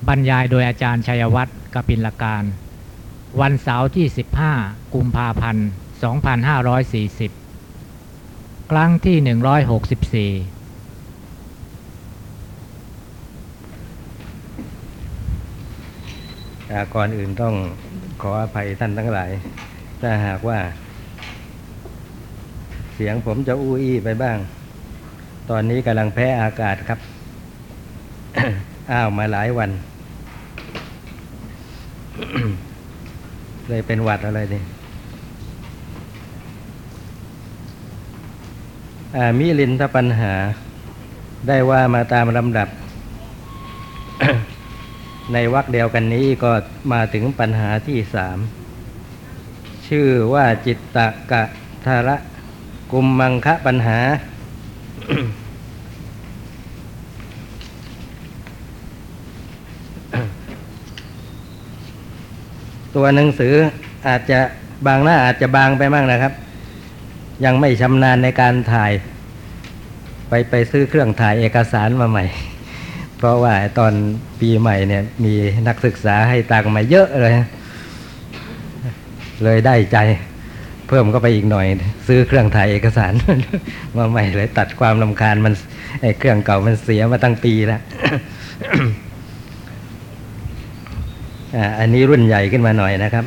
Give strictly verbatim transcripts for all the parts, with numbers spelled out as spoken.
บรรยายโดยอาจารย์ชัยวัฒน์กปิลการวันเสาร์ที่สิบห้ากุมภาพันธ์สองพันห้าร้อยสี่สิบครั้งที่หนึ่งร้อยหกสิบสี่ก่อนอื่นต้องขออภัยท่านทั้งหลายถ้าหากว่าเสียงผมจะอู้อี้ไปบ้างตอนนี้กำลังแพ้อากาศครับ อ้าวมาหลายวัน เลยเป็นหวัดอะไรดิมิลินทปัญหาได้ว่ามาตามลำดับ ในวรรคเดียวกันนี้ก็มาถึงปัญหาที่สามชื่อว่าจิตตกะทาระกุมมังคะปัญหา ตัวหนังสืออาจจะบางหน้าอาจจะบางไปบ้างนะครับยังไม่ชำนาญในการถ่ายไปไปซื้อเครื่องถ่ายเอกสารมาใหม่เพราะว่าตอนปีใหม่เนี่ยมีนักศึกษาให้ตังค์มาเยอะเลยเลยได้ใจเพิ่มก็ไปอีกหน่อยซื้อเครื่องถ่ายเอกสาร มาใหม่เลยตัดความรำคาญมันไอ้เครื่องเก่ามันเสียมาตั้งปีแล้ว อ่าอันนี้รุ่นใหญ่ขึ้นมาหน่อยนะครับ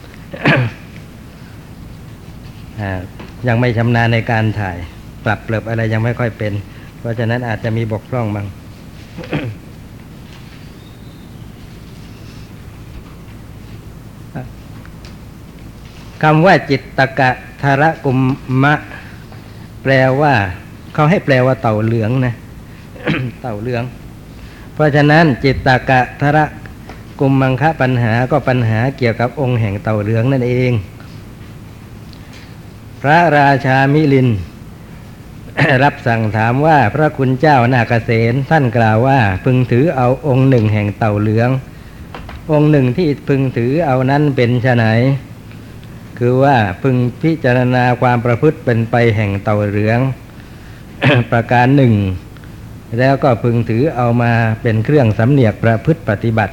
อ่ายังไม่ชำนาญในการถ่ายปรับเปลือบอะไรยังไม่ค่อยเป็นเพราะฉะนั้นอาจจะมีบกพร่องบ้าง คำว่าจิตตกะทาระกุมมะแปลว่าเขาให้แปลว่าเต่าเหลืองนะ เต่าเหลืองเพราะฉะนั้นจิตตกะทาระกุมมังคะปัญหาก็ปัญหาเกี่ยวกับองค์แห่งเต่าเหลืองนั่นเองพระราชามิลิน รับสั่งถามว่าพระคุณเจ้านาคเสนท่านกล่าวว่าพึงถือเอาองค์หนึ่งแห่งเต่าเหลืององค์หนึ่งที่พึงถือเอานั้นเป็นไฉนคือว่าพึงพิจารณาความประพฤติเป็นไปแห่งเต่าเหลือง ประการหนึ่งแล้วก็พึงถือเอามาเป็นเครื่องสำเนียกประพฤติปฏิบัติ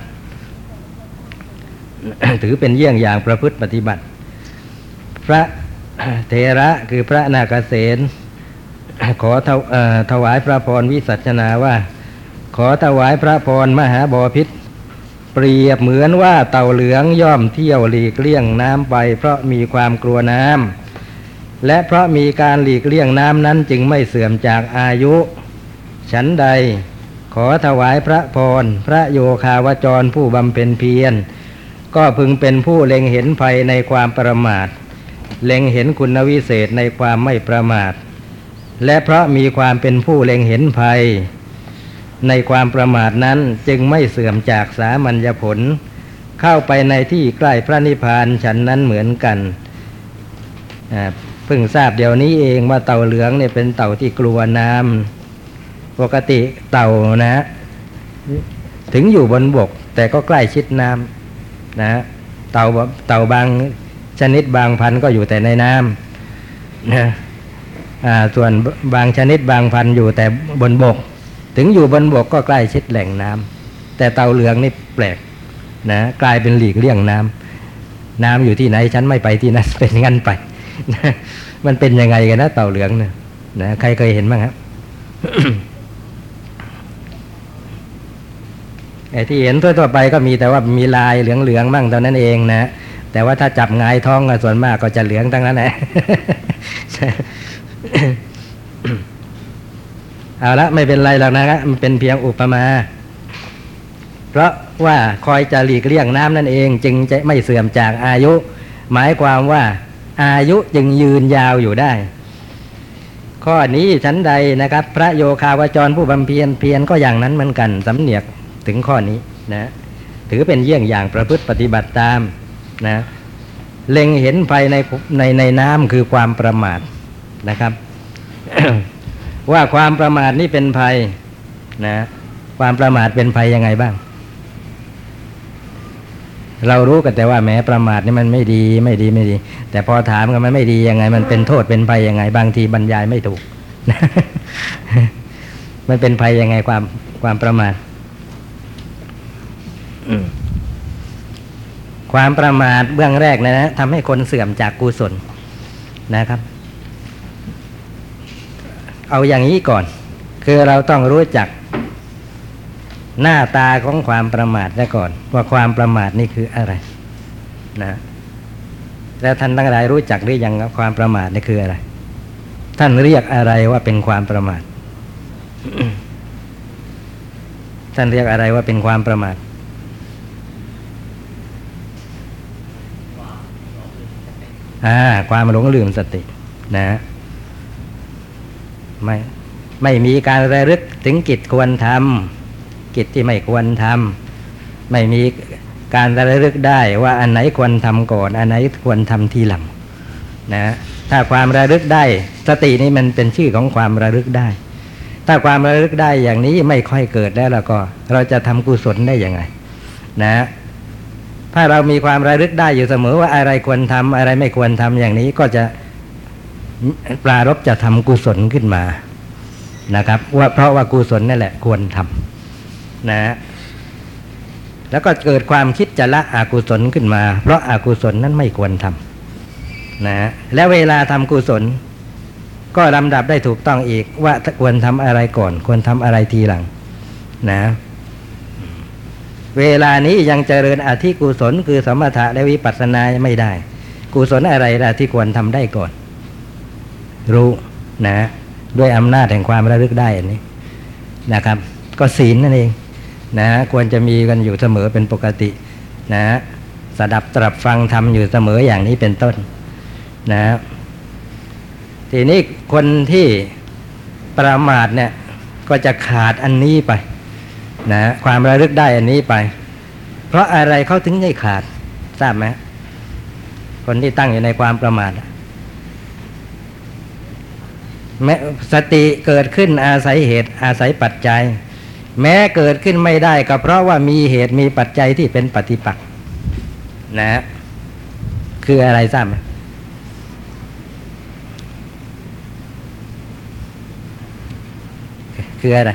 ถือเป็นเยี่ยงอย่างประพฤติปฏิบัติพระเถระคือพระนาคเสนขอถวายพระพรวิสัชนาว่าขอถวายพระพรมหาบพิตรเปรียบเหมือนว่าเต่าเหลืองย่อมเที่ยวหลีกเลี่ยงน้ำไปเพราะมีความกลัวน้ำและเพราะมีการหลีกเลี่ยงน้ำนั้นจึงไม่เสื่อมจากอายุฉันใดขอถวายพระพรพระโยคาวจรผู้บำเพ็ญเพียรก็พึงเป็นผู้เล็งเห็นภัยในความประมาทเล็งเห็นคุณวิเศษในความไม่ประมาทและเพราะมีความเป็นผู้เล็งเห็นภัยในความประมาทนั้นจึงไม่เสื่อมจากสามัญญผลเข้าไปในที่ใกล้พระนิพพานฉันนั้นเหมือนกันเพิ่งทราบเดี๋ยวนี้เองว่าเต่าเหลืองเนี่ยเป็นเต่าที่กลัวน้ำปกติเต่านะถึงอยู่บนบกแต่ก็ใกล้ชิดน้ำนะเต่าเต่าบางชนิดบางพันธุ์ก็อยู่แต่ในน้ำนะส่วนบางชนิดบางพันธุ์อยู่แต่บนบกถึงอยู่บนบกก็ใกล้ชิดแหล่งน้ำแต่เต่าเหลืองนี่แปลกนะกลายเป็นหลีกเลี่ยงน้ำน้ำอยู่ที่ไหนฉันไม่ไปที่นั่นเป็นงั้นไปนะมันเป็นยังไงกันนะเต่าเหลืองเนี่ยนะใครเคยเห็นบ้างครับ ไอ้ที่เห็นทั่วๆไปก็มีแต่ว่ามีลายเหลืองๆบ้างเท่านั้นเองนะแต่ว่าถ้าจับหงายท้องส่วนมากก็จะเหลืองทั้งนั้นแหละ เอาละไม่เป็นไรหรอกนะครับมันเป็นเพียงอุปมาเพราะว่าคอยจะหลีกเลี่ยงน้ำนั่นเองจึงจะไม่เสื่อมจากอายุหมายความว่าอายุจึงยืนยาวอยู่ได้ข้อนี้ชั้นใดนะครับพระโยคาวจรผู้บำเพ็ญเพียรก็อย่างนั้นเหมือนกันสำเนียกถึงข้อนี้นะถือเป็นเยี่ยงอย่างประพฤติปฏิบัติตามนะเล็งเห็นภัยในในในน้ำคือความประมาทนะครับ ว่าความประมาทนี่เป็นภัยนะความประมาทเป็นภัยยังไงบ้างเรารู้กันแต่ว่าแม้ประมาทนี่มันไม่ดีไม่ดีไม่ดีแต่พอถามกันมันไม่ดียังไงมันเป็นโทษเป็นภัยยังไงบางทีบรรยายไม่ถูก มันเป็นภัยยังไงความความประมาทความประมาทเบื้องแรกนะนะทำให้คนเสื่อมจากกุศลนะครับเอาอย่างนี้ก่อนคือเราต้องรู้จักหน้าตาของความประมาทซะก่อนว่าความประมาทนี่คืออะไรนะแล้วท่านทั้งหลายรู้จักหรือยังครับความประมาทนี่คืออะไรท่านเรียกอะไรว่าเป็นความประมาท ท่านเรียกอะไรว่าเป็นความประมาทอ่าความหลงลืมสตินะไม่ไม่มีการระลึกถึงกิจควรทำกิจที่ไม่ควรทำไม่มีการระลึกได้ว่าอันไหนควรทำก่อนอันไหนควรทำทีหลังนะถ้าความระลึกได้สตินี้มันเป็นชื่อของความระลึกได้ถ้าความระลึกได้อย่างนี้ไม่ค่อยเกิดแล้วแล้วก็เราจะทำกุศลได้ยังไงนะถ้าเรามีความระลึกได้อยู่เสมอว่าอะไรควรทำอะไรไม่ควรทำอย่างนี้ก็จะปรารภจะทำกุศลขึ้นมานะครับว่าเพราะว่ากุศลนั่นแหละควรทำนะแล้วก็เกิดความคิดจะละอกุศลขึ้นมาเพราะอกุศลนั้นไม่ควรทำนะแล้วเวลาทำกุศลก็ลำดับได้ถูกต้องอีกว่าควรทำอะไรก่อนควรทำอะไรทีหลังนะเวลานี้ยังเจริญอธิกุศลคือสมถะและวิปัสสนาไม่ได้กุศลอะไรล่ะที่ควรทำได้ก่อนรู้นะด้วยอำนาจแห่งความระลึกได้อันนี้นะครับก็ศีลนั่นเองนะควรจะมีกันอยู่เสมอเป็นปกตินะสดับตรับฟังธรรมอยู่เสมออย่างนี้เป็นต้นนะทีนี้คนที่ประมาทเนี่ยก็จะขาดอันนี้ไปนะความระลึกได้อันนี้ไปเพราะอะไรเขาถึงได้ขาดทราบไหมคนที่ตั้งอยู่ในความประมาทแม้สติเกิดขึ้นอาศัยเหตุอาศัยปัจจัยแม้เกิดขึ้นไม่ได้ก็เพราะว่ามีเหตุมีปัจจัยที่เป็นปฏิปักษ์นะคืออะไรทราบไหมคืออะไร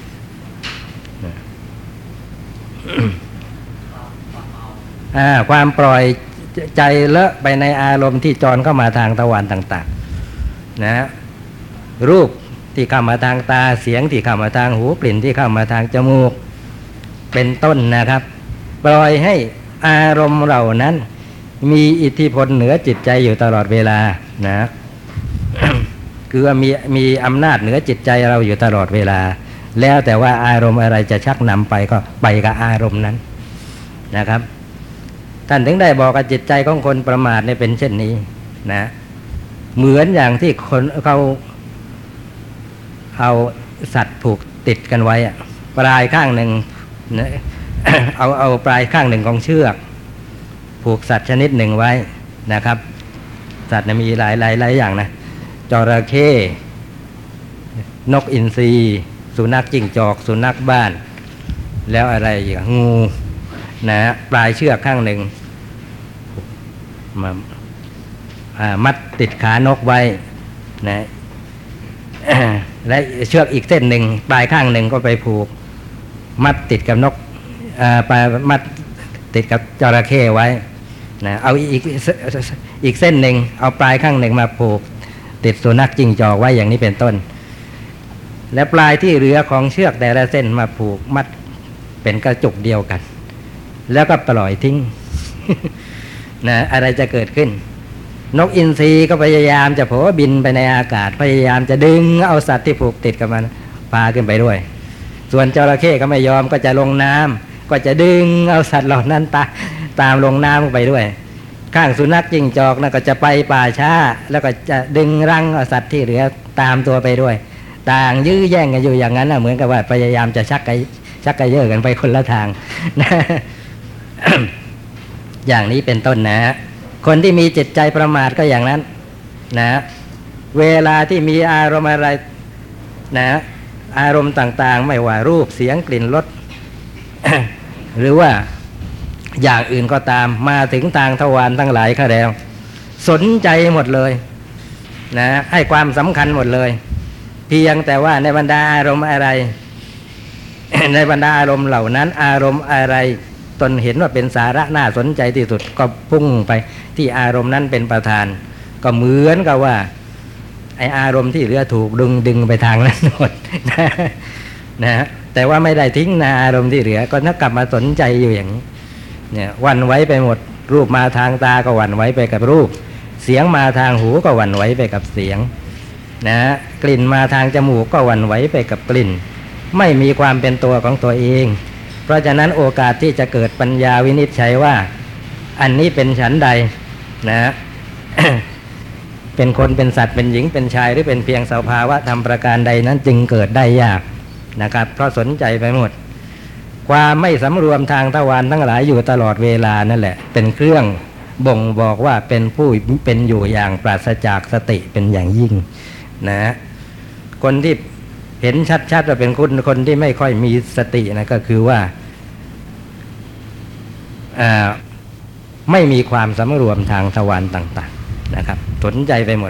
อ่าความปล่อยใจเลอะไปในอารมณ์ที่จรเข้ามาทางทวารต่างๆนะรูปที่เข้ามาทางตาเสียงที่เข้ามาทางหูกลิ่นที่เข้ามาทางจมูกเป็นต้นนะครับปล่อยให้อารมณ์เหล่านั้นมีอิทธิพลเหนือจิตใจอยู่ตลอดเวลานะ คือว่ามีมีอำนาจเหนือจิตใจเราอยู่ตลอดเวลาแล้วแต่ว่าอารมณ์อะไรจะชักนำไปก็ไปกับอารมณ์นั้นนะครับท่านถึงได้บอกกับจิตใจของคนประมาทเนี่ยเป็นเช่นนี้นะเหมือนอย่างที่คนเขาเอาสัตว์ผูกติดกันไว้อะปลายข้างหนึ่ง เอาเอาปลายข้างหนึ่งของเชือกผูกสัตว์ชนิดหนึ่งไว้นะครับสัตว์มีหลายหลายหลายอย่างนะจระเข้นกอินทรีสุนัขจิ้งจอกสุนัขบ้านแล้วอะไรอีกงูนะปลายเชือกข้างหนึ่งมามัดติดขานกไว้นะและเชือกอีกเส้นหนึ่งปลายข้างหนึ่งก็ไปผูกมัดติดกับนกปลายมัดติดกับจระเข้ไว้นะเอาอีกอีกเส้นหนึ่งเอาปลายข้างหนึ่งมาผูกติดสุนัขจิ้งจอกไว้อย่างนี้เป็นต้นและปลายที่เหลือของเชือกแต่ละเส้นมาผูกมัดเป็นกระจุกเดียวกันแล้วก็ปล่อยทิ้ง นะอะไรจะเกิดขึ้นนกอินทรีก็พยายามจะโผบินไปในอากาศพยายามจะดึงเอาสัตว์ที่ผูกติดกับมันพาขึ้นไปด้วยส่วนจระเข้ก็ไม่ยอมก็จะลงน้ำก็จะดึงเอาสัตว์เหล่านั้นตาตามลงน้ำไปด้วยข้างสุนัขจิ้งจอกนั่นก็จะไปป่าช้าแล้วก็จะดึงรั้งเอาสัตว์ที่เหลือตามตัวไปด้วยต่างยื้อแย่งกันอยู่อย่างนั้นนะเหมือนกับว่าพยายามจะชักไกชักไกเยอะกันไปคนละทางนะ อย่างนี้เป็นต้นนะคนที่มีจิตใจประมาทก็อย่างนั้นนะเวลาที่มีอารมณ์อะไรนะอารมณ์ต่างๆไม่ว่ารูปเสียงกลิ่นรส หรือว่าอย่างอื่นก็ตามมาถึงทางทวารทั้งหลายก็แล้วสนใจหมดเลยนะให้ความสำคัญหมดเลยเพียงแต่ว่าในบรรดาอารมณ์อะไร ในบรรดาอารมณ์เหล่านั้นอารมณ์อะไรตนเห็นว่าเป็นสาระน่าสนใจที่สุดก็พุ่งไปที่อารมณ์นั้นเป็นประธานก็เหมือนกับว่าไออารมณ์ที่เหลือถูกดึงดึงไปทางนั้นหมดนะนะฮะแต่ว่าไม่ได้ทิ้งนะอารมณ์ที่เหลือก็นักกลับมาสนใจอยู่อย่างนี้เนี่ยวันไว้ไปหมดรูปมาทางตาก็หวั่นไหวไปกับรูปเสียงมาทางหูก็หวั่นไหวไปกับเสียงนะกลิ่นมาทางจมูกก็หวั่นไหวไปกับกลิ่นไม่มีความเป็นตัวของตัวเองเพราะฉะนั้นโอกาสที่จะเกิดปัญญาวินิจฉัยว่าอันนี้เป็นฉันใดนะ เป็นคนเป็นสัตว์เป็นหญิงเป็นชายหรือเป็นเพียงสภาวะธรรมประการใดนั้นจึงเกิดได้ยากนะครับเพราะสนใจไปหมดความไม่สำรวมทางทวารทั้งหลายอยู่ตลอดเวลานั่นแหละเป็นเครื่องบ่งบอกว่าเป็นผู้เป็นอยู่อย่างปราศจากสติเป็นอย่างยิ่งนะคนที่เห็นชัดๆว่าเป็นคนคนที่ไม่ค่อยมีสตินะก็คือว่าไม่มีความสำรวมทางทวารต่างๆนะครับสนใจไปหมด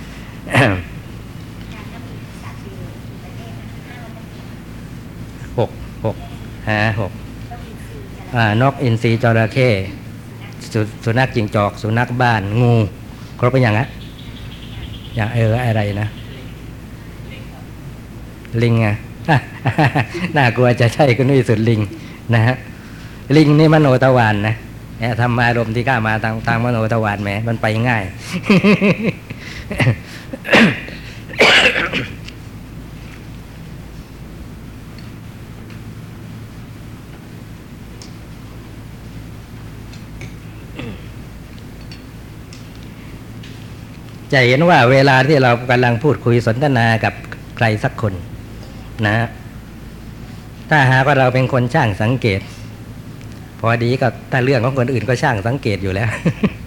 หกหกหาหกนกอินทรีจระเข้สสุนัขจิงจอกสุนัขบ้านงูครบเป็นอย่างนั้นอย่างเอออะไรนะลิงอ่ะ น่ากลัวจะใช่คุณวิสุทธิ์ลิงนะฮะลิงนี่มโนทวารนะทำอารมณ์ที่ข้ามาทางทางมโนทวารแหมมันไปง่าย จะเห็นว่าเวลาที่เรากำลังพูดคุยสนทนากับใครสักคนนะถ้าหากว่าเราเป็นคนช่างสังเกตพอดีก็ถ้าเรื่องของคนอื่นก็ช่างสังเกตอยู่แล้ว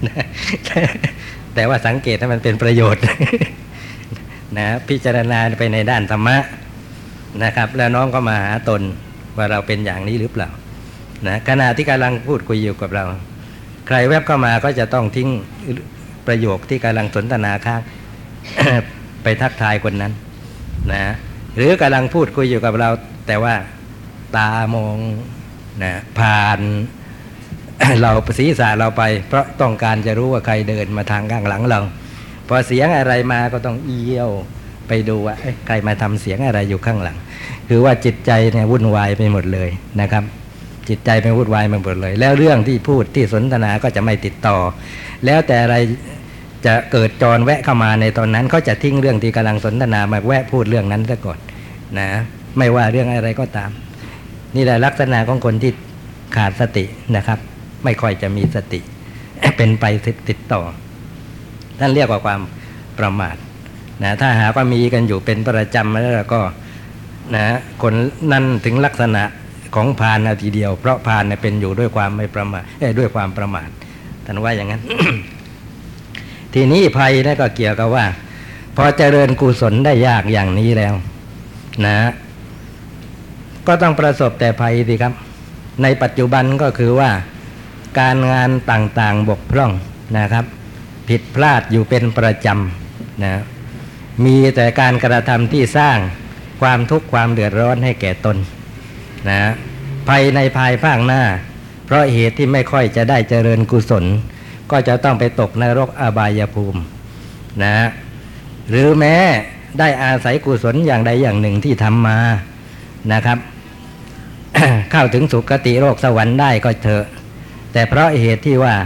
แต่ว่าสังเกตให้มันเป็นประโยชน์ นะพิจารณาไปในด้านธรรมะนะครับแล้วน้องก็มาหาตนว่าเราเป็นอย่างนี้หรือเปล่านะขณะที่กำลังพูดคุยอยู่กับเราใครแวบเข้ามาก็จะต้องทิ้งประโยคที่กำลังสนทนาข้าง ไปทักทายคนนั้นนะหรือกำลังพูดคุยอยู่กับเราแต่ว่าตามองนะผ่าน เราศีรษะเราไปเพราะต้องการจะรู้ว่าใครเดินมาทางข้างหลังเราพอเสียงอะไรมาก็ต้องเอี้ยวไปดูว่าใครมาทำเสียงอะไรอยู่ข้างหลังคือว่าจิตใจเนี่ยวุ่นวายไปหมดเลยนะครับจิตใจไปวุ่นวายไปหมดเลยแล้วเรื่องที่พูดที่สนทนาก็จะไม่ติดต่อแล้วแต่อะไรจะเกิดจรแวะเข้ามาในตอนนั้นก็จะทิ้งเรื่องที่กำลังสนทนามาแวะพูดเรื่องนั้นซะก่อนนะไม่ว่าเรื่องอะไรก็ตามนี่แหละลักษณะของคนที่ขาดสตินะครับไม่ค่อยจะมีสติ เป็นไปติดต่อท่านเรียกว่าความประมาทนะถ้าหากว่ามีกันอยู่เป็นประจำแล้วก็นะคนนั้นถึงลักษณะของพาลทีเดียวเพราะพาลเนี่ยเป็นอยู่ด้วยความไม่ประมาทด้วยความประมาทท่านว่าอย่างนั้น ทีนี้ภัยนั่นก็เกี่ยวกับว่าพอเจริญกุศลได้ยากอย่างนี้แล้วนะก็ต้องประสบแต่ภัยสิครับในปัจจุบันก็คือว่าการงานต่างๆบกพร่องนะครับผิดพลาดอยู่เป็นประจำนะมีแต่การกระทำที่สร้างความทุกข์ความเดือดร้อนให้แก่ตนนะภัยในภายภาคหน้าเพราะเหตุที่ไม่ค่อยจะได้เจริญกุศลก็จะต้องไปตกนรกอบายภูมินะหรือแม้ได้อาศัยกุศลอย่างใดอย่างหนึ่งที่ทำมานะครับ เข้าถึงสุคติโลกสวรรค์ได้ก็เถอะแต่เพราะเหตุที่ว่า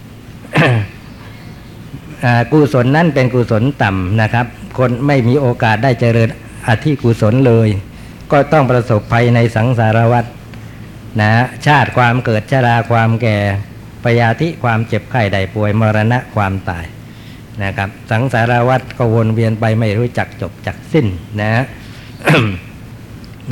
กุศลนั้นเป็นกุศลต่ำนะครับคนไม่มีโอกาสได้เจริญอธิกุศลเลยก็ต้องประสบภัยในสังสารวัฏนะชาติความเกิดชราความแก่พยาธิความเจ็บไข้ได้ป่วยมรณะความตายนะครับสังสารวัฏก็วนเวียนไปไม่รู้จักจบจักสิ้นนะ นะ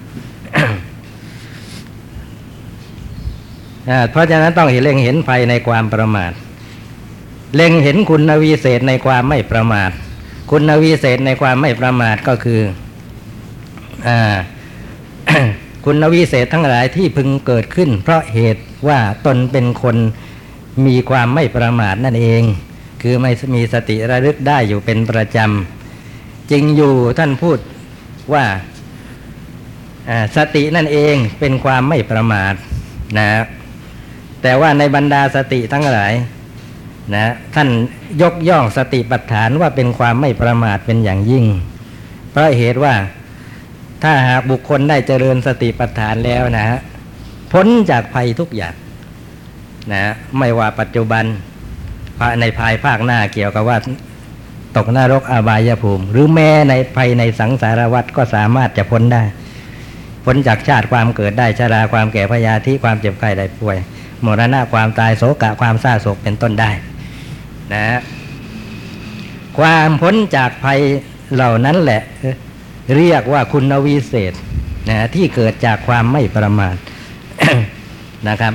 เพราะฉะนั้นต้องเห็นเล็งเห็นภัยในความประมาทเล็งเห็นคุณวิเศษในความไม่ประมาทคุณวิเศษในความไม่ประมาทก็คืออ่า คุณวิเศษทั้งหลายที่พึงเกิดขึ้นเพราะเหตุว่าตนเป็นคนมีความไม่ประมาทนั่นเองคือไม่มีสติระลึกได้อยู่เป็นประจำจริงอยู่ท่านพูดว่าสตินั่นเองเป็นความไม่ประมาทนะแต่ว่าในบรรดาสติทั้งหลายนะท่านยกย่องสติปัฏฐานว่าเป็นความไม่ประมาทเป็นอย่างยิ่งเพราะเหตุว่าถ้าหากบุคคลได้เจริญสติปัฏฐานแล้วนะฮะพ้นจากภัยทุกอย่างนะไม่ว่าปัจจุบันในภายภาคหน้าเกี่ยวกับว่าตกนรกอบายภูมิหรือแม้ในภัยในสังสารวัฏก็สามารถจะพ้นได้พ้นจากชาติความเกิดได้ชราความแก่พยาธิความเจ็บไข้ได้ป่วยมรณะความตายโศกะความเศร้าโศกเป็นต้นได้นะความพ้นจากภัยเหล่านั้นแหละเรียกว่าคุณวิเศษนะที่เกิดจากความไม่ประมาท นะครับ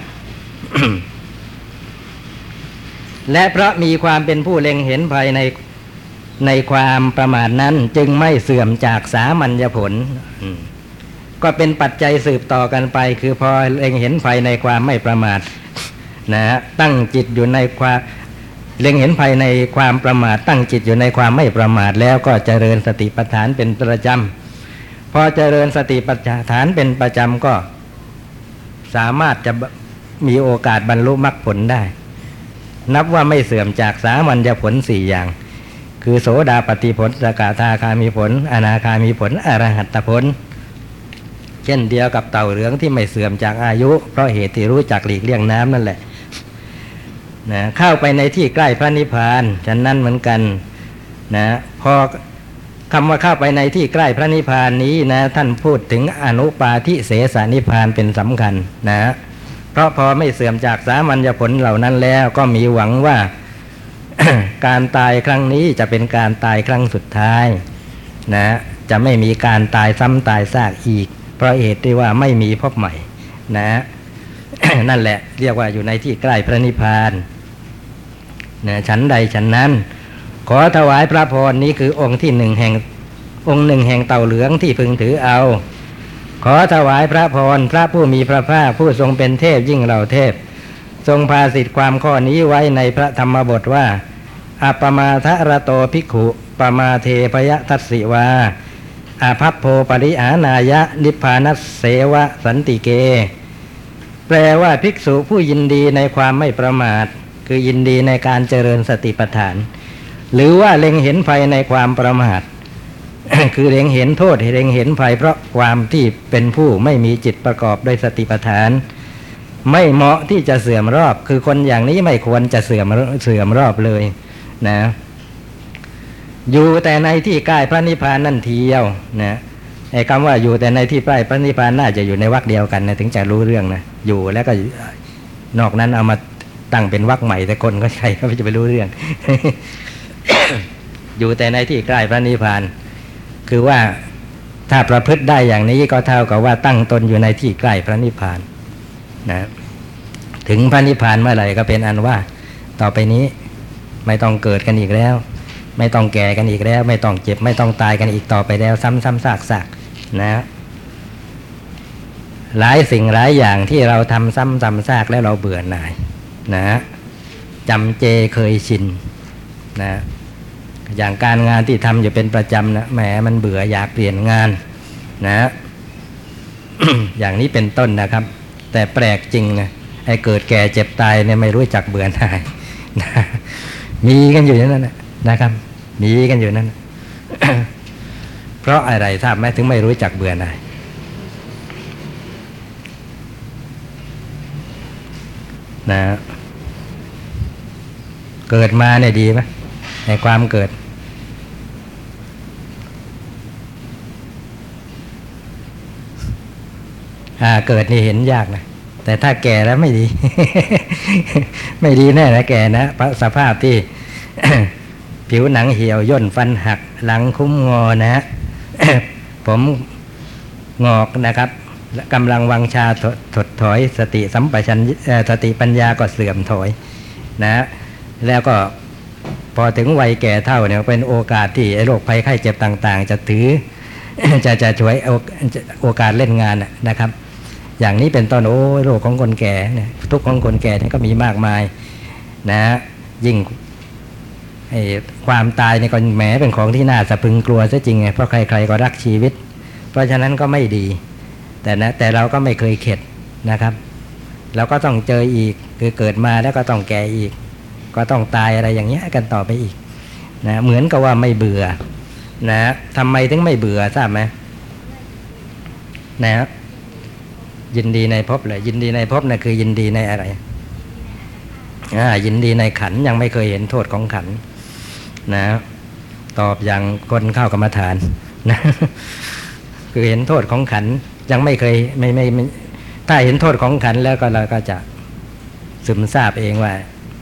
และเพราะมีความเป็นผู้เล็งเห็นภัยในในความประมาทนั้นจึงไม่เสื่อมจากสามัญญผลก็เป็นปัจจัยสืบต่อกันไปคือพอเล็งเห็นภัยในความไม่ประมาทนะตั้งจิตอยู่ในความเล็งเห็นภัยในความประมาทตั้งจิตอยู่ในความไม่ประมาทแล้วก็เจริญสติปัฏฐานเป็นประจำพอเจริญสติปัฏฐานเป็นประจำก็สามารถจะมีโอกาสบรรลุมรรคผลได้นับว่าไม่เสื่อมจากสามัญญผลสี่อย่างคือโสดาปัตติผลสกทาคามีผลอนาคามีผลอรหัตตผลเช่นเดียวกับเต่าเหลืองที่ไม่เสื่อมจากอายุเพราะเหตุที่รู้จักหลีกเลี่ยงน้ำนั่นแหละนะเข้าไปในที่ใกล้พระนิพพานฉะนั้นเหมือนกันนะพอคำว่าเข้าไปในที่ใกล้พระนิพพานนี้นะท่านพูดถึงอนุปาทิเสสนิพพานเป็นสำคัญนะเพราะพอไม่เสื่อมจากสามัญญผลเหล่านั้นแล้วก็มีหวังว่า การตายครั้งนี้จะเป็นการตายครั้งสุดท้ายนะจะไม่มีการตายซ้ำตายซากอีกเพราะเหตุที่ว่าไม่มีพบใหม่นะ นั่นแหละเรียกว่าอยู่ในที่ใกล้พระนิพพานนะฉันใดฉันนั้นขอถวายพระพรนี้คือองค์ที่หนึ่งแห่งองค์หนึ่งแห่งเต่าเหลืองที่พึงถือเอาขอถวายพระพรพระผู้มีพระภาคผู้ทรงเป็นเทพยิ่งเหล่าเทพทรงภาสิทธิความข้อนี้ไว้ในพระธรรมบทว่าอัปปมาทะระโตภิกขุปมาเทพยทัสสิวาอาภัพโพปริหานายะนิพพานัสเสวะสันติเกแปลว่าภิกษุผู้ยินดีในความไม่ประมาทคือยินดีในการเจริญสติปัฏฐานหรือว่าเล็งเห็นภัยในความประมาท คือเล็งเห็นโทษเล็งเห็นภัยเพราะความที่เป็นผู้ไม่มีจิตประกอบด้วยสติปัฏฐานไม่เหมาะที่จะเสื่อมรอบคือคนอย่างนี้ไม่ควรจะเสื่อมเสื่อมรอบเลยนะอยู่แต่ในที่ใกล้พระนิพพานนั่นเทียวนะไอ้คำว่าอยู่แต่ในที่ใกล้พระนิพพานน่าจะอยู่ในวรรคเดียวกันนะถึงจะรู้เรื่องนะอยู่แล้วก็นอกนั้นเอามาตั้งเป็นวรรคใหม่แต่คนก็ใช่ก็ไม่จะไปรู้เรื่อง อยู่แต่ในที่ใกล้พระนิพพานคือว่าถ้าประพฤติได้อย่างนี้ก็เท่ากับว่าตั้งตนอยู่ในที่ใกล้พระนิพพานนะถึงพระนิพพานเมื่อไหร่ก็เป็นอันว่าต่อไปนี้ไม่ต้องเกิดกันอีกแล้วไม่ต้องแก่กันอีกแล้วไม่ต้องเจ็บไม่ต้องตายกันอีกต่อไปแล้วซ้ำๆซากๆนะหลายสิ่งหลายอย่างที่เราทำซ้ำๆซากแล้วเราเบื่อหน่ายนะจำเจเคยชินนะอย่างการงานที่ทำอยู่เป็นประจำนะแหมมันเบื่ออยากเปลี่ยนงานนะ อย่างนี้เป็นต้นนะครับแต่แปลกจริงนะไอ้เกิดแก่เจ็บตายเนี่ยไม่รู้จักเบื่อหน่าย นะมีกันอยู่อย่างนั้นนะครับมีกันอยู่นั้น เพราะอะไรทราบไหมถึงไม่รู้จักเบื่อหน่ายนะเกิดมาเนี่ยดีไหมในความเกิดอ่าเกิดนี่เห็นยากนะแต่ถ้าแก่แล้วไม่ดี ไม่ดีแน่นะแก่นะสภาพที่ ผิวหนังเหี่ยวย่นฟันหักหลังคุ้มงอนะ ผมงอกนะครับกำลังวังชาถดถอยสติสัมปชัญญะสติปัญญาก็เสื่อมถอยนะแล้วก็พอถึงวัยแก่เท่าเนี่ยเป็นโอกาสที่โรคภัยไข้เจ็บต่างๆจะถือ จะจะช่วยโอกาสเล่นงานนะครับอย่างนี้เป็นต้นโอ้โรคของคนแก่เนี่ยทุกข์ของคนแก่เนี่ยก็มีมากมายนะยิ่งไอ้ความตายเนี่ยก็แหมเป็นของที่น่าสะพรึงกลัวซะจริงไงเพราะใครๆก็รักชีวิตเพราะฉะนั้นก็ไม่ดีแต่นะแต่เราก็ไม่เคยเข็ดนะครับเราก็ต้องเจออีกคือเกิดมาแล้วก็ต้องแก่อีกก็ต้องตายอะไรอย่างเงี้ยกันต่อไปอีกนะเหมือนกับว่าไม่เบื่อนะทำไมถึงไม่เบื่อทราบไหมนะยินดีในภพเลยยินดีในภพนะคือยินดีในอะไรอ่ายินดีในขันธ์ยังไม่เคยเห็นโทษของขันธ์นะตอบอย่างคนเข้ากรรมฐานนะคือเห็นโทษของขันธ์ยังไม่เคยไม่ไม่ไม่ถ้าเห็นโทษของขันธ์แล้วก็เราก็จะซึมซาบเองว่า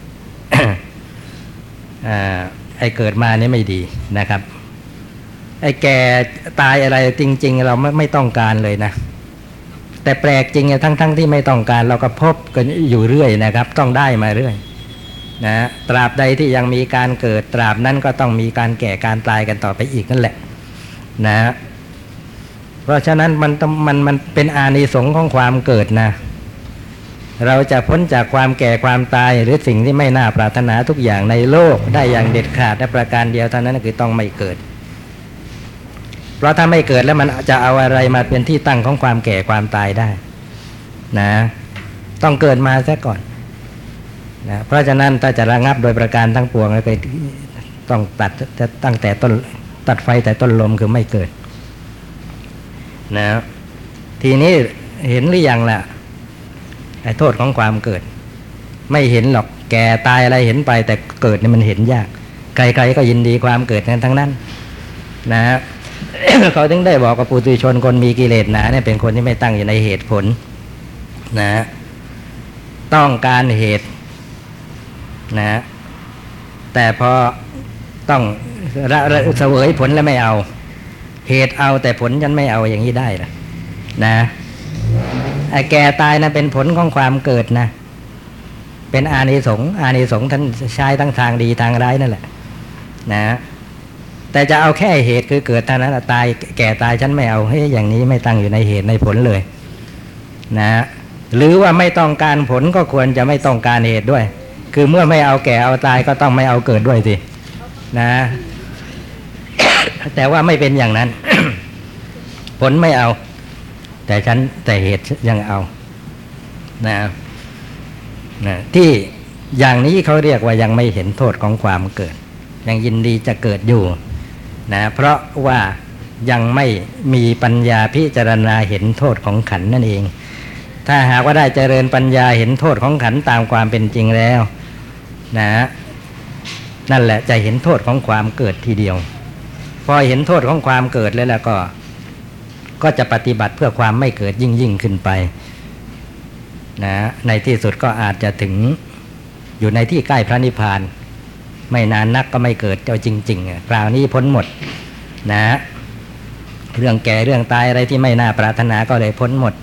อ่าไอ้เกิดมานี่ไม่ดีนะครับไอ้แก่ตายอะไรจริงๆเราไม่ไม่ต้องการเลยนะแต่แปลกจริงทั้งๆ ท, ที่ไม่ต้องการเราก็พบกันอยู่เรื่อยนะครับต้องได้มาเรื่อยนะตราบใดที่ยังมีการเกิดตราบนั้นก็ต้องมีการแก่การตายกันต่อไปอีกนั่นแหละนะเพราะฉะนั้นมันมันมันเป็นอานิสงส์ของความเกิดนะเราจะพ้นจากความแก่ความตายหรือสิ่งที่ไม่น่าปรารถนาทุกอย่างในโลกได้อย่างเด็ดขาดและประการเดียวเท่านั้นคือต้องไม่เกิดเพราะถ้าไม่เกิดแล้วมันจะเอาอะไรมาเป็นที่ตั้งของความแก่ความตายได้นะต้องเกิดมาซะก่อนนะเพราะฉะนั้นถ้าจะระงับโดยประการทั้งปวงก็ต้องตัดตั้งแต่ต้นตัดไฟแต่ต้นลมคือไม่เกิดนะทีนี้เห็นหรือยังล่ะไอ้โทษของความเกิดไม่เห็นหรอกแก่ตายอะไรเห็นไปแต่เกิดนี่มันเห็นยากใครๆก็ยินดีความเกิดกันทั้งนั้นนะ เขาถึงได้บอกกับปุถุชนคนมีกิเลสหนาเนี่ยเป็นคนที่ไม่ตั้งอยู่ในเหตุผลนะต้องการเหตุนะแต่พอต้องระระเสวยผลแล้วไม่เอาเหตุเอาแต่ผลฉันไม่เอาอย่างนี้ได้ล่ะนะไอ้แก่ตายนะเป็นผลของความเกิดนะเป็นอานิสงส์อานิสงส์ท่านใช้ทั้งทางดีทางร้ายนั่นแหละนะแต่จะเอาแค่เหตุคือเกิดเท่านั้นตายแก่ตายฉันไม่เอาเฮ้ยอย่างนี้ไม่ตั้งอยู่ในเหตุในผลเลยนะหรือว่าไม่ต้องการผลก็ควรจะไม่ต้องการเหตุด้วยคือเมื่อไม่เอาแก่เอาตายก็ต้องไม่เอาเกิดด้วยสินะ แต่ว่าไม่เป็นอย่างนั้น ผลไม่เอาแต่ฉันแต่เหตุยังเอานะนะที่อย่างนี้เขาเรียกว่ายังไม่เห็นโทษของความเกิดยังยินดีจะเกิดอยู่นะเพราะว่ายังไม่มีปัญญาพิจารณาเห็นโทษของขันธ์นั่นเองถ้าหากว่าได้เจริญปัญญาเห็นโทษของขันธ์ตามความเป็นจริงแล้วนะนั่นแหละจะเห็นโทษของความเกิดทีเดียวพอเห็นโทษของความเกิดแล้วแล้วก็ก็จะปฏิบัติเพื่อความไม่เกิดยิ่งยิ่งขึ้นไปนะในที่สุดก็อาจจะถึงอยู่ในที่ใกล้พระนิพพานไม่นานนักก็ไม่เกิดเจ้าจริงๆคราวนี้พ้นหมดนะเรื่องแก่เรื่องตายอะไรที่ไม่น่าปรารถนาก็เลยพ้นหมด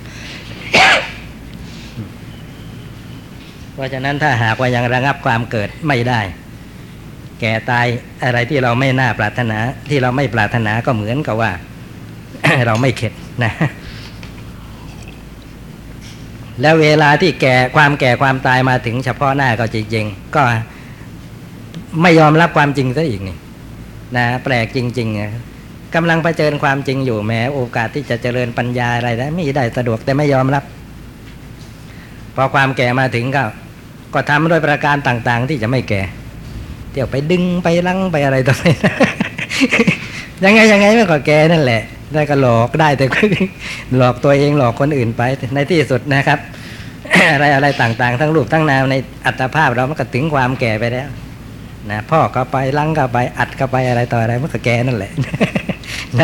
เพราะฉะนั้นถ้าหากว่ายังระงับความเกิดไม่ได้แก่ตายอะไรที่เราไม่น่าปรารถนาที่เราไม่ปรารถนาก็เหมือนกับว่า เราไม่เข็ดนะแล้วเวลาที่แก่ความแก่ความตายมาถึงเฉพาะหน้าก็จริงๆก็ไม่ยอมรับความจริงซะอีกนี่นะแปลกจริงๆนะกำลังเผชิญความจริงอยู่แม้โอกาสที่จะเจริญปัญญาอะไรได้ไม่ได้สะดวกแต่ไม่ยอมรับพอความแก่มาถึงก็ก็ทำด้วยประการต่างๆที่จะไม่แก่เที่ยวไปดึงไปลังไปอะไรต่อไป ยังไงยังไงไม่ก็แก่นั่นแหละได้ก็หลอกได้แต่หลอกตัวเองหลอกคนอื่นไปในที่สุดนะครับ อะไรอะไรต่างๆทั้งรูปทั้งนามในอัตภาพเรามันก็ถึงความแก่ไปแล้วนะพ่อก็ไปลังก็ไปอัดก็ไปอะไรต่ออะไรมันก็แก่นั่นแหละ นะ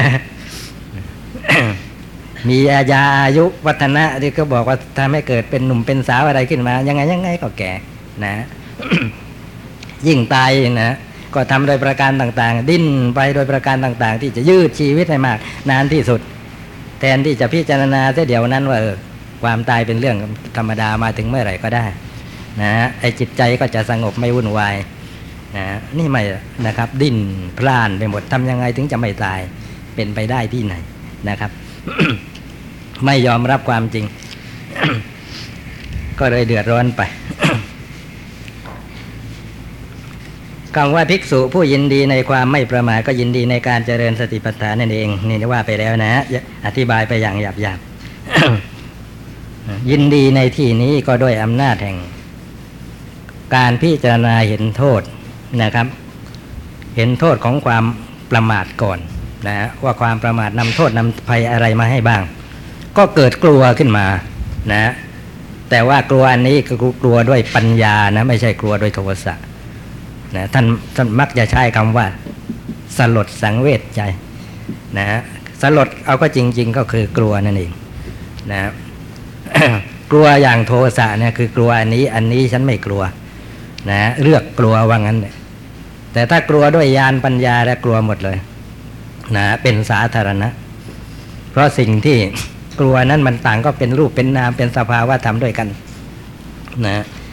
มีอาญาอายุวัฒนะที่เขาบอกว่าทำให้เกิดเป็นหนุ่มเป็นสาวอะไรขึ้นมายังไงยังไงก็แก่นะ ยิ่งตายนะก็ทำโดยประการต่างๆดิ้นไปโดยประการต่างๆที่จะยืดชีวิตให้มากนานที่สุดแทนที่จะพิจารณาเสียเดี๋ยวนั้นว่าเออความตายเป็นเรื่องธรรมดามาถึงเมื่อไหร่ก็ได้นะไอ้จิตใจก็จะสงบไม่วุ่นวายนะนี่ไม่นะครับดิ้นพล่านไปหมดทำยังไงถึงจะไม่ตายเป็นไปได้ที่ไหนนะครับ ไม่ยอมรับความจริง ก็เลยเดือดร้อนไป คำว่าภิกษุผู้ยินดีในความไม่ประมาทก็ยินดีในการเจริญสติปัฏฐานนั่นเองนี่ว่าไปแล้วนะอธิบายไปอย่างหยาบๆยินดีในที่นี้ก็ด้วยอำนาจแห่งการพิจารณาเห็นโทษนะครับเห็นโทษของความประมาทก่อนนะว่าความประมาทนำโทษนำภัยอะไรมาให้บ้างก็เกิดกลัวขึ้นมานะแต่ว่ากลัวอันนี้ก็กลัวด้วยปัญญานะไม่ใช่กลัวด้วยโทสะนะท่านท่านมักจะใช้คำว่าสลดสังเวชใจนะสลดเอาก็จริงๆก็คือกลัวนั่นเองนะ กลัวอย่างโทสะเนี่ยคือกลัวอันนี้อันนี้ฉันไม่กลัวนะเลือกกลัวว่างั้นแต่ถ้ากลัวด้วยญาณปัญญาแล้วกลัวหมดเลยนะเป็นสาธารณะเพราะสิ่งที่กลัวนั้นมันต่างก็เป็นรูปเป็นนามเป็นสภาวะธรรมด้วยกันนะ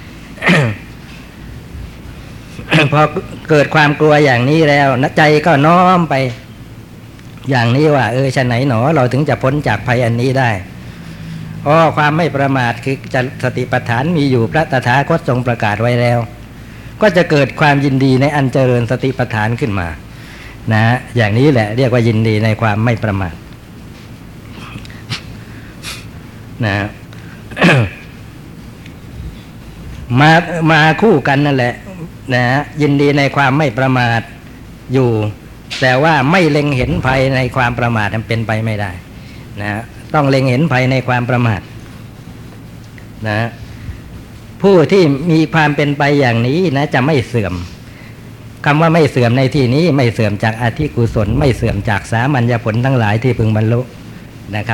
พอเกิดความกลัวอย่างนี้แล้วนะใจก็น้อมไปอย่างนี้ว่าเออฉะไหนหนอเราถึงจะพ้นจากภัยอันนี้ได้อ๋อความไม่ประมาทคือจะสติปัฏฐานมีอยู่พระตถาคตทรงประกาศไว้แล้วก็จะเกิดความยินดีในอันเจริญสติปัฏฐานขึ้นมานะอย่างนี้แหละเรียกว่ายินดีในความไม่ประมาทนะ มามาคู่กันนั่นแหละนะยินดีในความไม่ประมาทอยู่แต่ว่าไม่เล็งเห็นภัยในความประมาทมันเป็นไปไม่ได้นะต้องเล็งเห็นภัยในความประมาทนะผู้ที่มีความเป็นไปอย่างนี้นะจะไม่เสื่อมคำว่าไม่เสื่อมในที่นี้ไม่เสื่อมจากอธิกุศลไม่เสื่อมจากสามัญญผลทั้งหลายที่พึงบรรลุนะครับ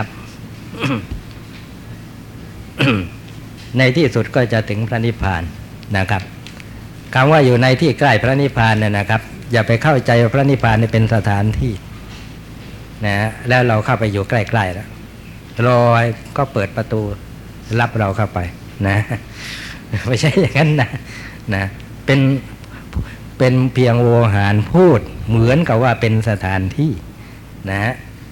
ในที่สุดก็จะถึงพระนิพพานนะครับคำว่าอยู่ในที่ใกล้พระนิพพานเนี่ยนะครับอย่าไปเข้าใจว่าพระนิพพานนี่เป็นสถานที่นะแล้วเราเข้าไปอยู่ใกล้ๆแล้วรอยก็เปิดประตูรับเราเข้าไปนะไม่ใช่อย่างนั้นนะนะเป็นเป็นเพียงโวหารพูดเหมือนกับว่าเป็นสถานที่นะ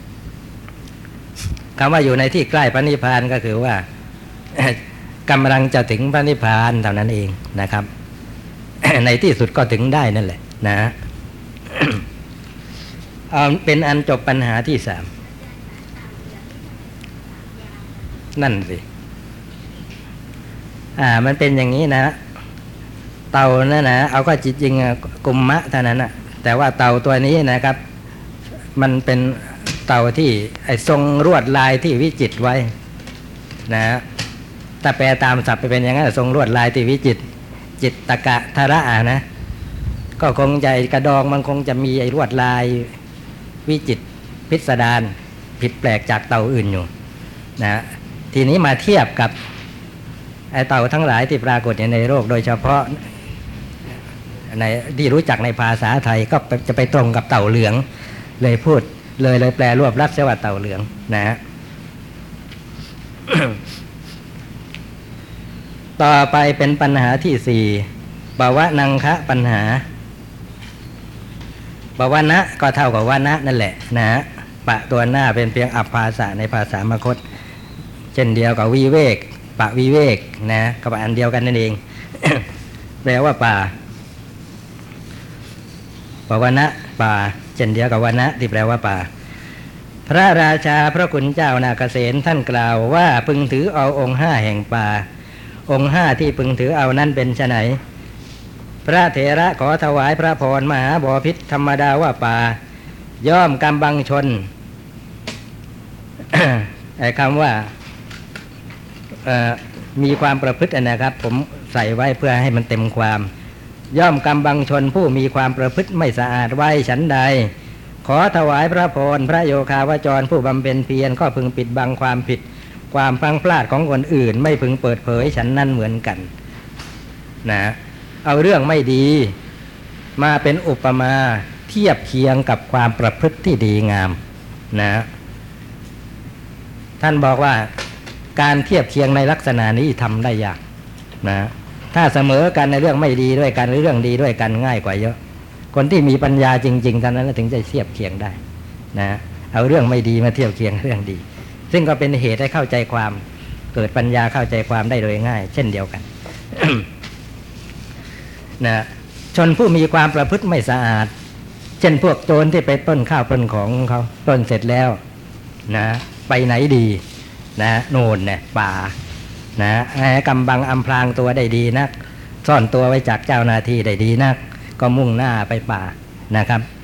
คำว่าอยู่ในที่ใกล้พระนิพพานก็คือว่ากำลังจะถึงพระนิพพานเท่านั้นเองนะครับ ในที่สุดก็ถึงได้นั่นแหละนะเอาเป็นอันจบปัญหาที่สามนั่นสิอ่ามันเป็นอย่างนี้นะเต่านั่นนะเอาก็จริงๆกุมมะเท่านั้นนะแต่ว่าเต่าตัวนี้นะครับมันเป็นเต่าที่ไอ้ทรงรวดลายที่วิจิตรไว้นะถ้าแปลตามศัพท์ไปเป็นอย่างนั้นทรงลวดลายที่วิจิตรจิตตกะทระนะก็คงใจกระดองมันคงจะมีไอ้ลวดลายวิจิตรพิสดารผิดแปลกจากเต่าอื่นอยู่นะทีนี้มาเทียบกับไอ้เต่าทั้งหลายที่ปรากฏในโลกโดยเฉพาะในที่รู้จักในภาษาไทยก็จะไปตรงกับเต่าเหลืองเลยพูดเลยเลยแปลรวบรัดเสียว่าเต่าเหลืองนะ ต่อไปเป็นปัญหาที่สี่ปวนังคะปัญหาปวนะก็เท่ากับวนะนั่นแหละนะปะตัวหน้าเป็นเพียงอัปภาษะในภาษามคธเช่นเดียวกับวิเวกปะวิเวกนะกับอันเดียวกันนั่นเอง แปลว่าป่าปวนะป่าเช่นเดียวกับวนะที่แปลว่าป่าพระราชาพระคุณเจ้านาคเสนท่านกล่าวว่าพึงถือเอาองค์ห้าแห่งป่าองค์ห้าที่พึงถือเอานั้นเป็นไฉนพระเถระขอถวายพระพรมหาบพิตรธรรมดาว่าป่าย่อมกำบังชน ไอ้คำว่ามีความประพฤตินะครับผมใส่ไว้เพื่อให้มันเต็มความย่อมกำบังชนผู้มีความประพฤติไม่สะอาดไว้ฉันใดขอถวายพระพรพระโยคาวจรผู้บำเพ็ญเพียรก็พึงปิดบังความผิดความพลั้งพลาดของคนอื่นไม่พึงเปิดเผยฉันนั้นเหมือนกันนะเอาเรื่องไม่ดีมาเป็นอุปมาเทียบเคียงกับความประพฤติที่ดีงามนะท่านบอกว่าการเทียบเคียงในลักษณะนี้ทำได้ยากนะถ้าเสมอกันในเรื่องไม่ดีด้วยกันหรือเรื่องดีด้วยกันง่ายกว่าเยอะคนที่มีปัญญาจริงๆท่านนั้นถึงจะเทียบเคียงได้นะเอาเรื่องไม่ดีมาเทียบเคียงเรื่องดีซึ่งก็เป็นเหตุให้เข้าใจความเกิดปัญญาเข้าใจความได้โดยง่ายเช่นเดียวกัน นะชนผู้มีความประพฤติไม่สะอาดเช่นพวกโจรที่ไปปล้นข้าวปล้นของเขาปล้นเสร็จแล้วนะไปไหนดีนะโน่นเนี่ยป่านะกำบังอำพรางตัวได้ดีนักซ่อนตัวไว้จากเจ้าหน้าที่ได้ดีนักก็มุ่งหน้าไปป่านะครับ